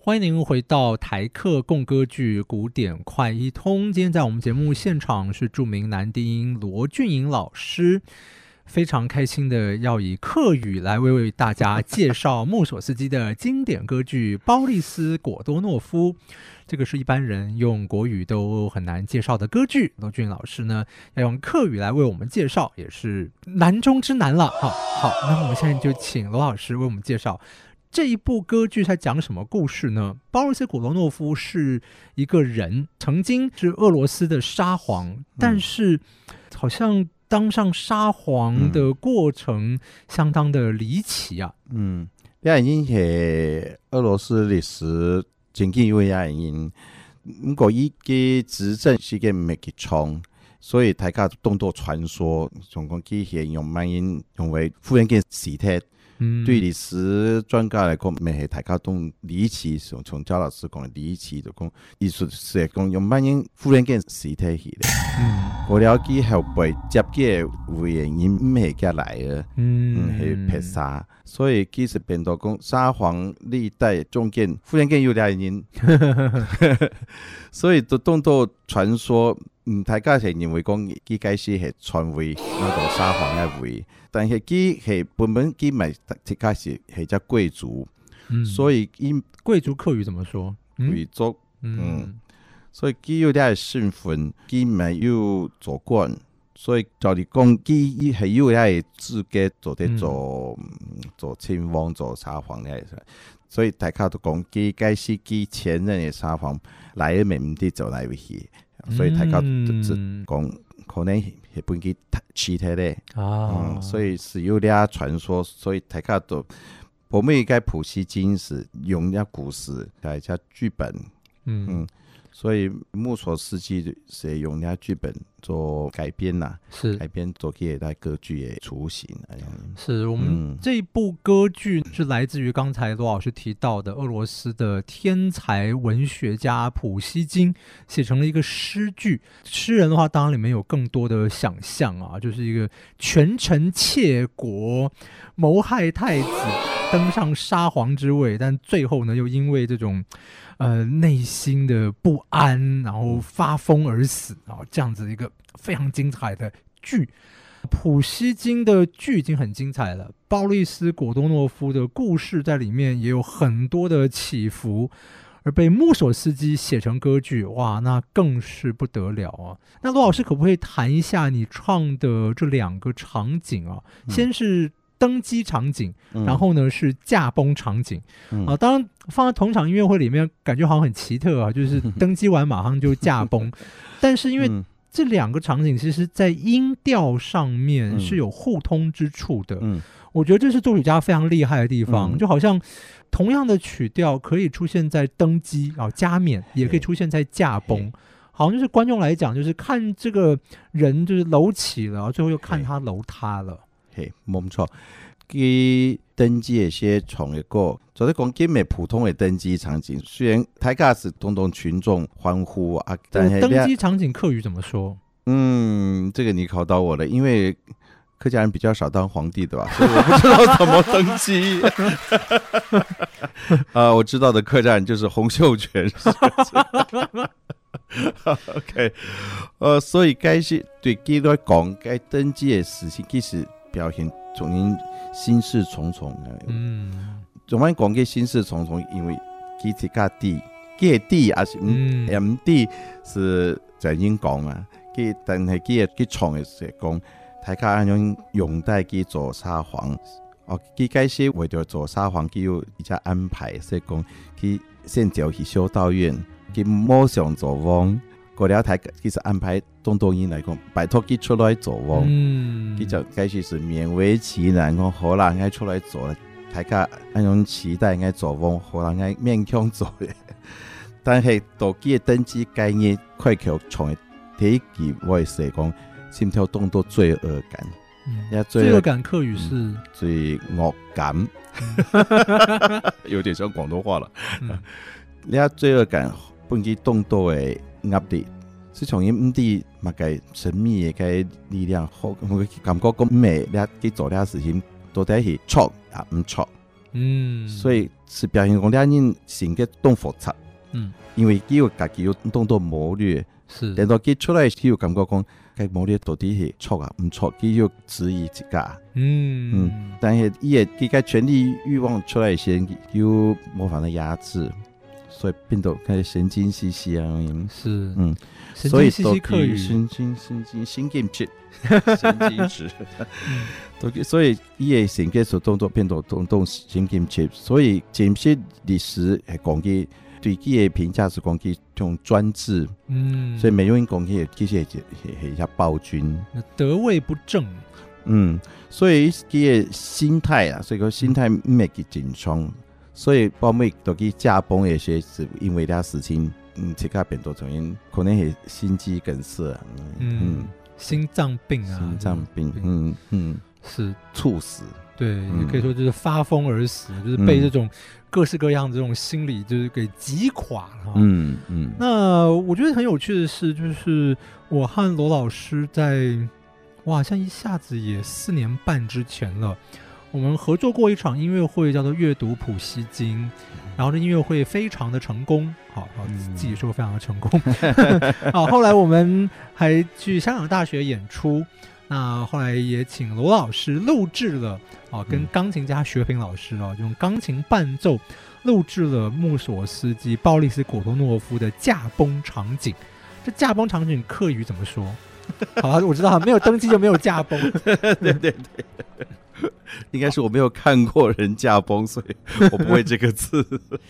欢迎您回到台客共歌剧古典快一通。今天在我们节目现场是著名男低音罗俊颖老师，非常开心的要以客语来为大家介绍穆索斯基的经典歌剧《鲍利斯·果多诺夫》。这个是一般人用国语都很难介绍的歌剧，罗俊颖老师呢要用客语来为我们介绍，也是难中之难了。好，那我们现在就请罗老师为我们介绍这一部歌剧在讲什么故事呢？鲍利斯·果多诺夫是一个人，曾经是俄罗斯的沙皇，但是好像当上沙皇的过程相当的离奇啊。 这已经是俄罗斯历史真久的原因，不过伊嘅执政时间唔会去长，所以大家当作传说，总讲佢係用慢音用为复原嘅时态。对历史专家来讲，咪系大家都离奇，从焦老师讲的离奇，就讲艺术是讲用慢音复原嘅时态去的。过了之后背接嘅原因唔系加来嘅，系拍沙，所以其实变到讲沙皇历代中间复原嘅有两人，所以就当作传说。大家是认为讲佢开始系传位那个沙皇嘅位，但是佢系本佢咪一开始系只贵族，所以贵族客语怎么说？ 贵族，所以佢有啲身份，佢咪有做官，所以照嚟讲，佢系有啲资格做亲王、做沙皇嘅，所以大家都讲佢开始佢前任嘅沙皇来嘅唔啲做嚟去。所以大家就讲可能系本佢其他的所以是有俩传说，所以大家都我们应该普希金是用俩故事来加剧本，所以穆索斯基是用俩剧本做改编啦，是改编做起来歌剧的雏形。 是我们这一部歌剧是来自于刚才罗老师提到的俄罗斯的天才文学家普希金写成了一个诗剧。诗人的话，当然里面有更多的想象啊，就是一个权臣窃国、谋害太子、登上沙皇之位，但最后呢，又因为这种内心的不安，然后发疯而死啊，这样子一个非常精彩的剧。普希金的剧已经很精彩了，鲍利斯·果多诺夫的故事在里面也有很多的起伏，而被穆索斯基写成歌剧，哇，那更是不得了啊！那罗老师可不可以谈一下你创的这两个场景啊？先是登基场景，然后呢是驾崩场景当然放在同场音乐会里面感觉好像很奇特啊，就是登基完马上就驾崩但是因为这两个场景其实在音调上面是有互通之处的我觉得这是作曲家非常厉害的地方就好像同样的曲调可以出现在登基加冕，也可以出现在驾崩好像就是观众来讲就是看这个人就是楼起了，最后又看他楼塌了。 冇错，佢登基的些场嘅歌，就是讲佢唔系普通的登基场景。虽然大家是动群众欢呼啊，但是登基场景客语怎么说？ 这个你考到我了，因为客家人比较少当皇帝的吧，所以我不知道怎么登基。我知道的客家人就是洪秀全。OK， 所以该是对佢来讲，该登基的事情其实表现从因心事重重总反讲嘅心事重重，因为佢自家弟，佢嘅弟也是唔弟是在因讲啊，佢但系佢嘅创嘅时讲，大家安样拥戴佢做沙皇，佢开始为咗做沙皇，佢有一家安排，所以讲佢先就去修道院，佢冇想做王。过了台其实安排东东音来讲，拜托佢出来做王，佢就开始是勉为其难，讲好啦，应该出来做了。大家那种期待应该做王，好啦，应该勉强做的。但是到佢的登基概念快球创的第一句，我会说讲，心跳动作罪恶感。 罪恶感客语是罪恶感，有点像广东话了。你罪恶感本佢动作的压力，是从因唔啲乜嘅神秘嘅力量，好，我感覺講咩，你去做呢事情到底係錯啊唔錯， 所以是表现讲两人性格动复杂，因为佢有家己有动作谋略， 是， 但到佢出来佢有感觉讲，佢谋略到底是错啊，唔错，佢有质疑自家，但是佢嘅权力欲望出来先有模仿的压制，所以变到佢神经兮兮啊， 是， 所以都神经质，神经质，所以伊嘅性格所动作变到动神经质，所以前些历史系讲佢对佢嘅评价是讲佢种专制，所以美容院讲佢其实系一下暴君， 得位不正， 所以佢嘅心态啊，所以个心态唔系佢正常，所以包尾到佢驾崩嘅些是因为啲事情，即刻变到成可能系心肌梗塞， 心脏病啊， 心脏病， 是猝死。 对，也可以说就是发疯而死，就是被这种各式各样的这种心理就是给击垮了。那我觉得很有趣的是，就是我和罗老师在好像一下子也4年半之前了，我们合作过一场音乐会，叫做阅读普希金。然后这音乐会非常的成功，好，自己说非常的成功。好，后来我们还去香港大学演出。那后来也请罗老师录制了跟钢琴家学平老师用钢琴伴奏录制了穆索斯基、鲍利斯·果托诺夫的驾崩场景。这驾崩场景客语怎么说？好，我知道没有登机就没有驾崩。 对，应该是我没有看过人驾崩，所以我不会这个字。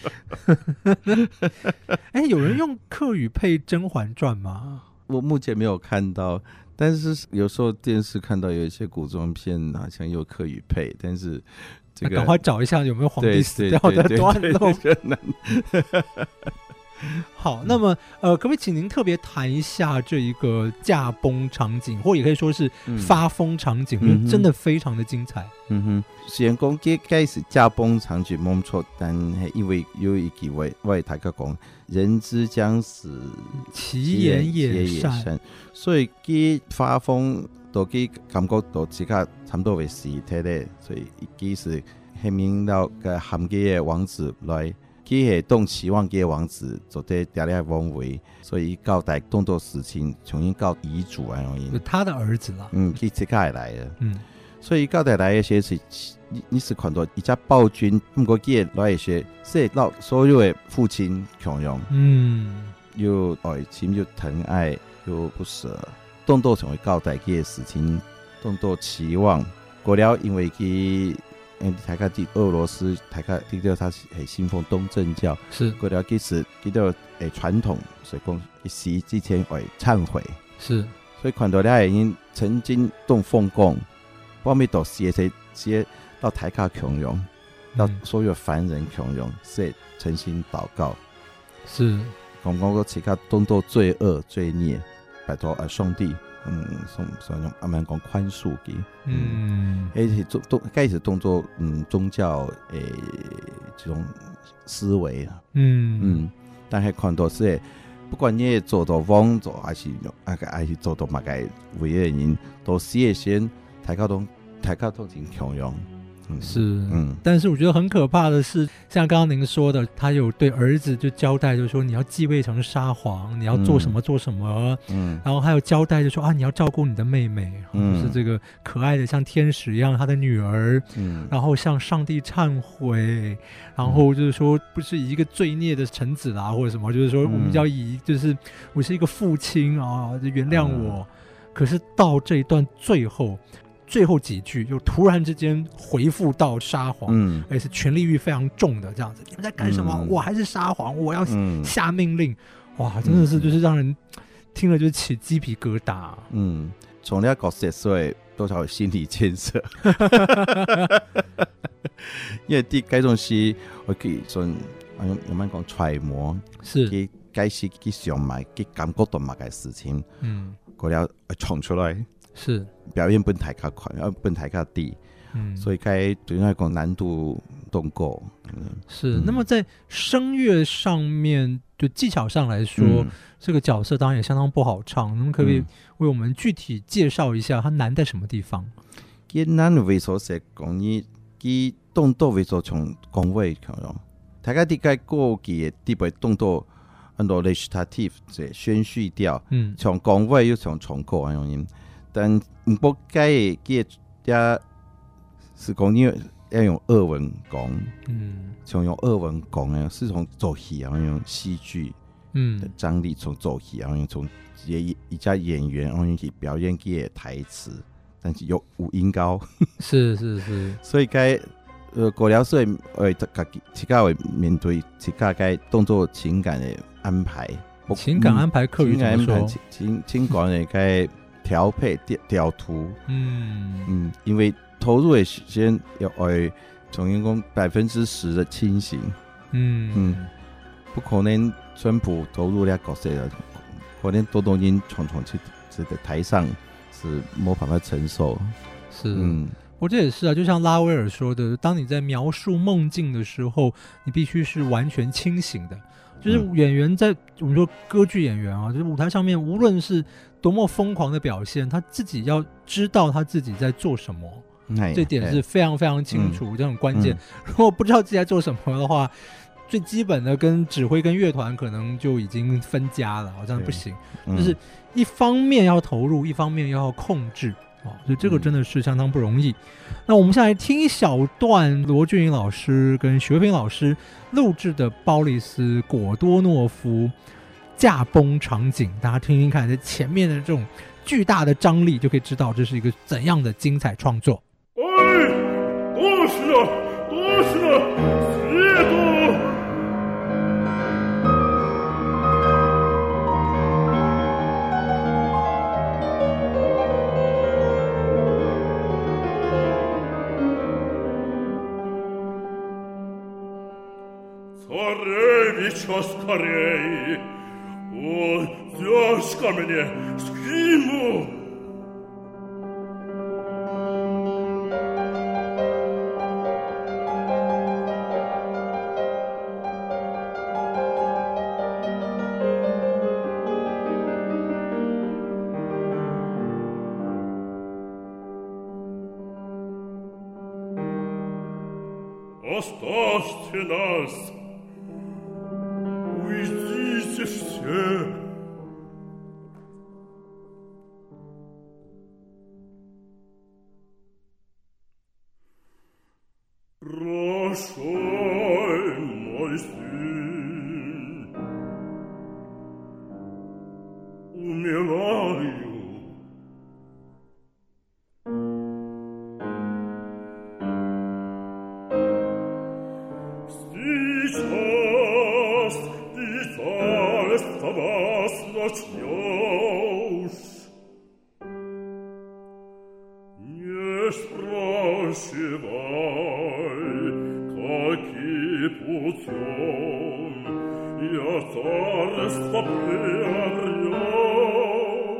有人用客语配《甄嬛传》吗？ 我目前没有看到。但是有时候电视看到有一些古装片好像有客语配，但是这个赶快找一下有没有皇帝死掉的段落。好，那么可不可以请您特别谈一下这一个驾崩场景，或也可以说是发疯场景，因为真的非常的精彩。 虽然讲一开始驾崩场景冇错，但是因为有一句话我大家讲，人之将死， 其言也善， 所以佢发疯到佢感觉到自己差不多为死体咧，所以佢是下面到个含佢的王子来。佢系动期望佢王子做啲嗲嗲妄为，所以交代动作事情重新交遗嘱啊， 就他的儿子啦， 佢即刻来了，所以交代来一些是，你是看到一家暴君，不过佢来一些是让所有的父亲强勇，又爱情又疼爱又不舍，动作成为交代佢的事情，动作期望过了，因为佢。大家知俄罗斯，大家知道他是信奉东正教， 是过了其实知道传统，所以讲一死之前会忏悔， 是， 所以看到了已经曾经动奉公，后面到死些到大家强勇，到所有凡人强勇，是诚心祷告， 是， 讲个其他动作罪恶罪孽，拜托上帝。所以用阿们讲宽恕给，开始动作，宗教这种思维啊，但是看到是，不管你做到妄做还是做到乜嘅为人，都是先大家都挺强勇。 是，但是我觉得很可怕的是，像刚刚您说的，他有对儿子就交代，就说你要继位成沙皇，你要做什么做什么，然后还有交代就说你要照顾你的妹妹，就是这个可爱的像天使一样他的女儿，然后向上帝忏悔，然后就是说不是以一个罪孽的臣子啦或者什么，就是说我们要以就是我是一个父亲啊，就原谅我。可是到这一段最后几句又突然之间回复到沙皇，而且是权力欲非常重的这样子，你们在干什么？我还是沙皇，我要下命令，哇，真的是就是让人听了就起鸡皮疙瘩。 从那个角色有多少心理建设？因为第这种是我可以说有乜讲揣摩， 是佢解释佢想埋，佢感覺到乜嘅事情，過了衝出來。 是表演本台较快，本台较低，所以该对那个难度动够。 是，那么在声乐上面，就技巧上来说，这个角色当然也相当不好唱。那么可不可以为我们具体介绍一下它难在什么地方？ 佢难为所是讲，你基动作为做从工位可能，大概啲个过期的啲部动作，很多 recitative 即宣叙调，从工位又从重构安样，但唔过该嘅也是讲你要用俄文讲，从用俄文讲呢，是从做戏然后用戏剧的张力，从做戏然后从一家演员然后去表演嘅台词。但是有音高， 是， 所以该国疗社自家会面对自家该动作情感的安排， 情感安排课语怎么说？ 情感的该调配调图，因为投入的时间要从员工10%的清醒，不可能全部投入了角色了，可能多东西闯去这个台上。是没办法承受， 是，我这也是啊，就像拉威尔说的，当你在描述梦境的时候，你必须是完全清醒的。就是演员在我们说歌剧演员啊，就是舞台上面，无论是多么疯狂的表现，他自己要知道他自己在做什么，这点是非常非常清楚，这很关键。如果不知道自己在做什么的话，最基本的跟指挥跟乐团可能就已经分家了，好像不行。就是一方面要投入，一方面要控制，所以这个真的是相当不容易。那我们现在来听一小段罗俊颖老师跟许慧萍老师录制的鲍里斯·果多诺夫驾崩场景，大家听听看，在前面的这种巨大的张力，就可以知道这是一个怎样的精彩创作。 多是Скорей, о, тяжко мне, скину. Оставьте нас. Уйдите все. Прощай, мой сын, умираю. Начнешь, не спрашивай, каким путем я царство приобрел.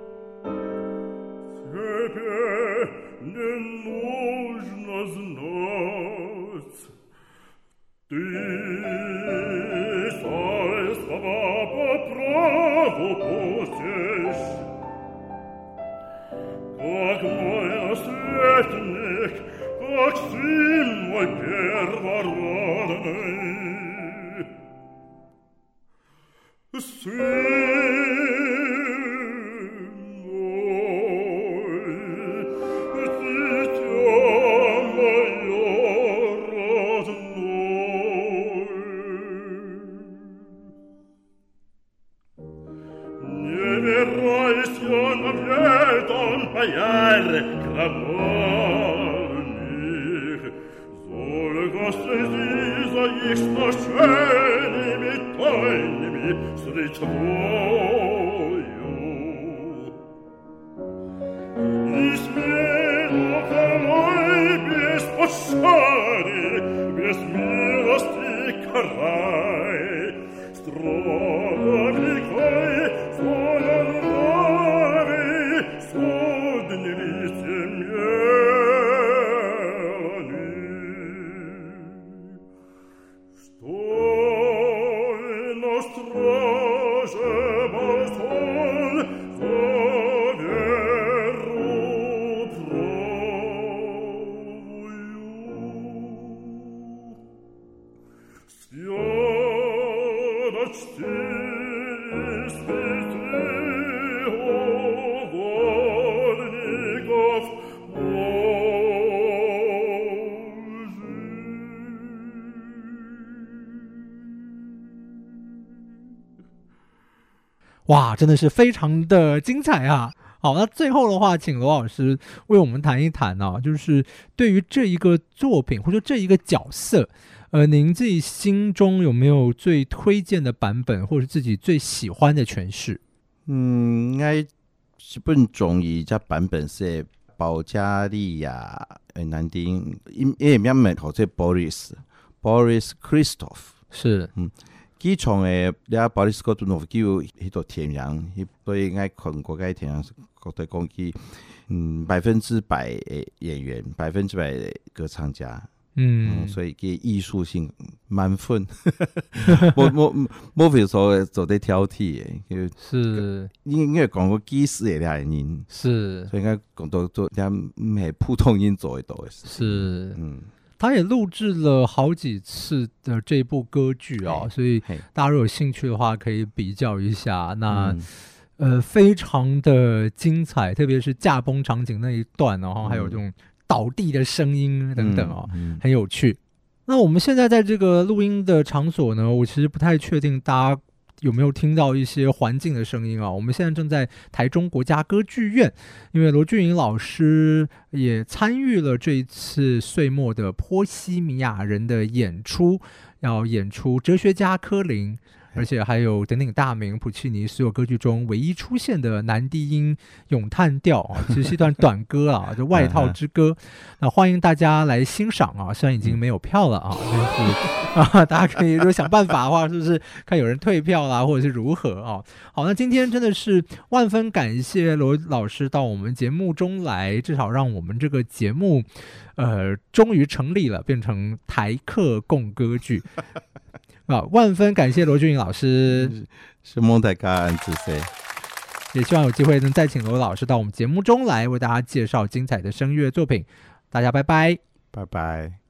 Тебе не нужно знать, ты царство по праву пустишь, как мой наследник, как сын мой первородный. Без милости карай, строго влекай, своей суднице мелани. Стой на страже, Барсон, за веру правую. 哇，真的是非常的精彩啊！好，那最后的话，请罗老师为我们谈一谈啊，就是对于这一个作品或者这一个角色，您自己心中有没有最推荐的版本，或者自己最喜欢的诠释？ 应该日本中医这版本是保加利亚男低音，因为名名叫做 Boris Christoph， 是， 基从诶，了 Boris Godunov 叫迄个天然，所以应该全国该天然国对讲起，100%的演员，100%的歌唱家，所以给艺术性满分，莫非说做在挑剔诶， 是， 应该讲过技师的俩人， 是， 所以应该讲到做俩没普通人做得到的事， 是，他也录制了好几次的这部歌剧啊，所以大家如果有兴趣的话，可以比较一下。那非常的精彩，特别是驾崩场景那一段，然后还有这种倒地的声音等等啊，很有趣。那我们现在在这个录音的场所呢，我其实不太确定大家有没有听到一些环境的声音啊？我们现在正在台中国家歌剧院，因为罗俊颖老师也参与了这一次岁末的波西米亚人的演出，要演出哲学家科林，而且还有鼎鼎大名普契尼所有歌剧中唯一出现的男低音咏叹调啊，其实是一段短歌啊，就外套之歌。那欢迎大家来欣赏啊，虽然已经没有票了啊，但是大家可以如果想办法的话，是不是看有人退票啦，或者是如何啊？好，那今天真的是万分感谢罗老师到我们节目中来，至少让我们这个节目终于成立了，变成台客共歌剧。万分感谢罗俊颖老师， 是蒙台嘎安之谁， 也希望有机会能再请罗老师到我们节目中来，为大家介绍精彩的声乐作品。大家拜拜， 拜拜。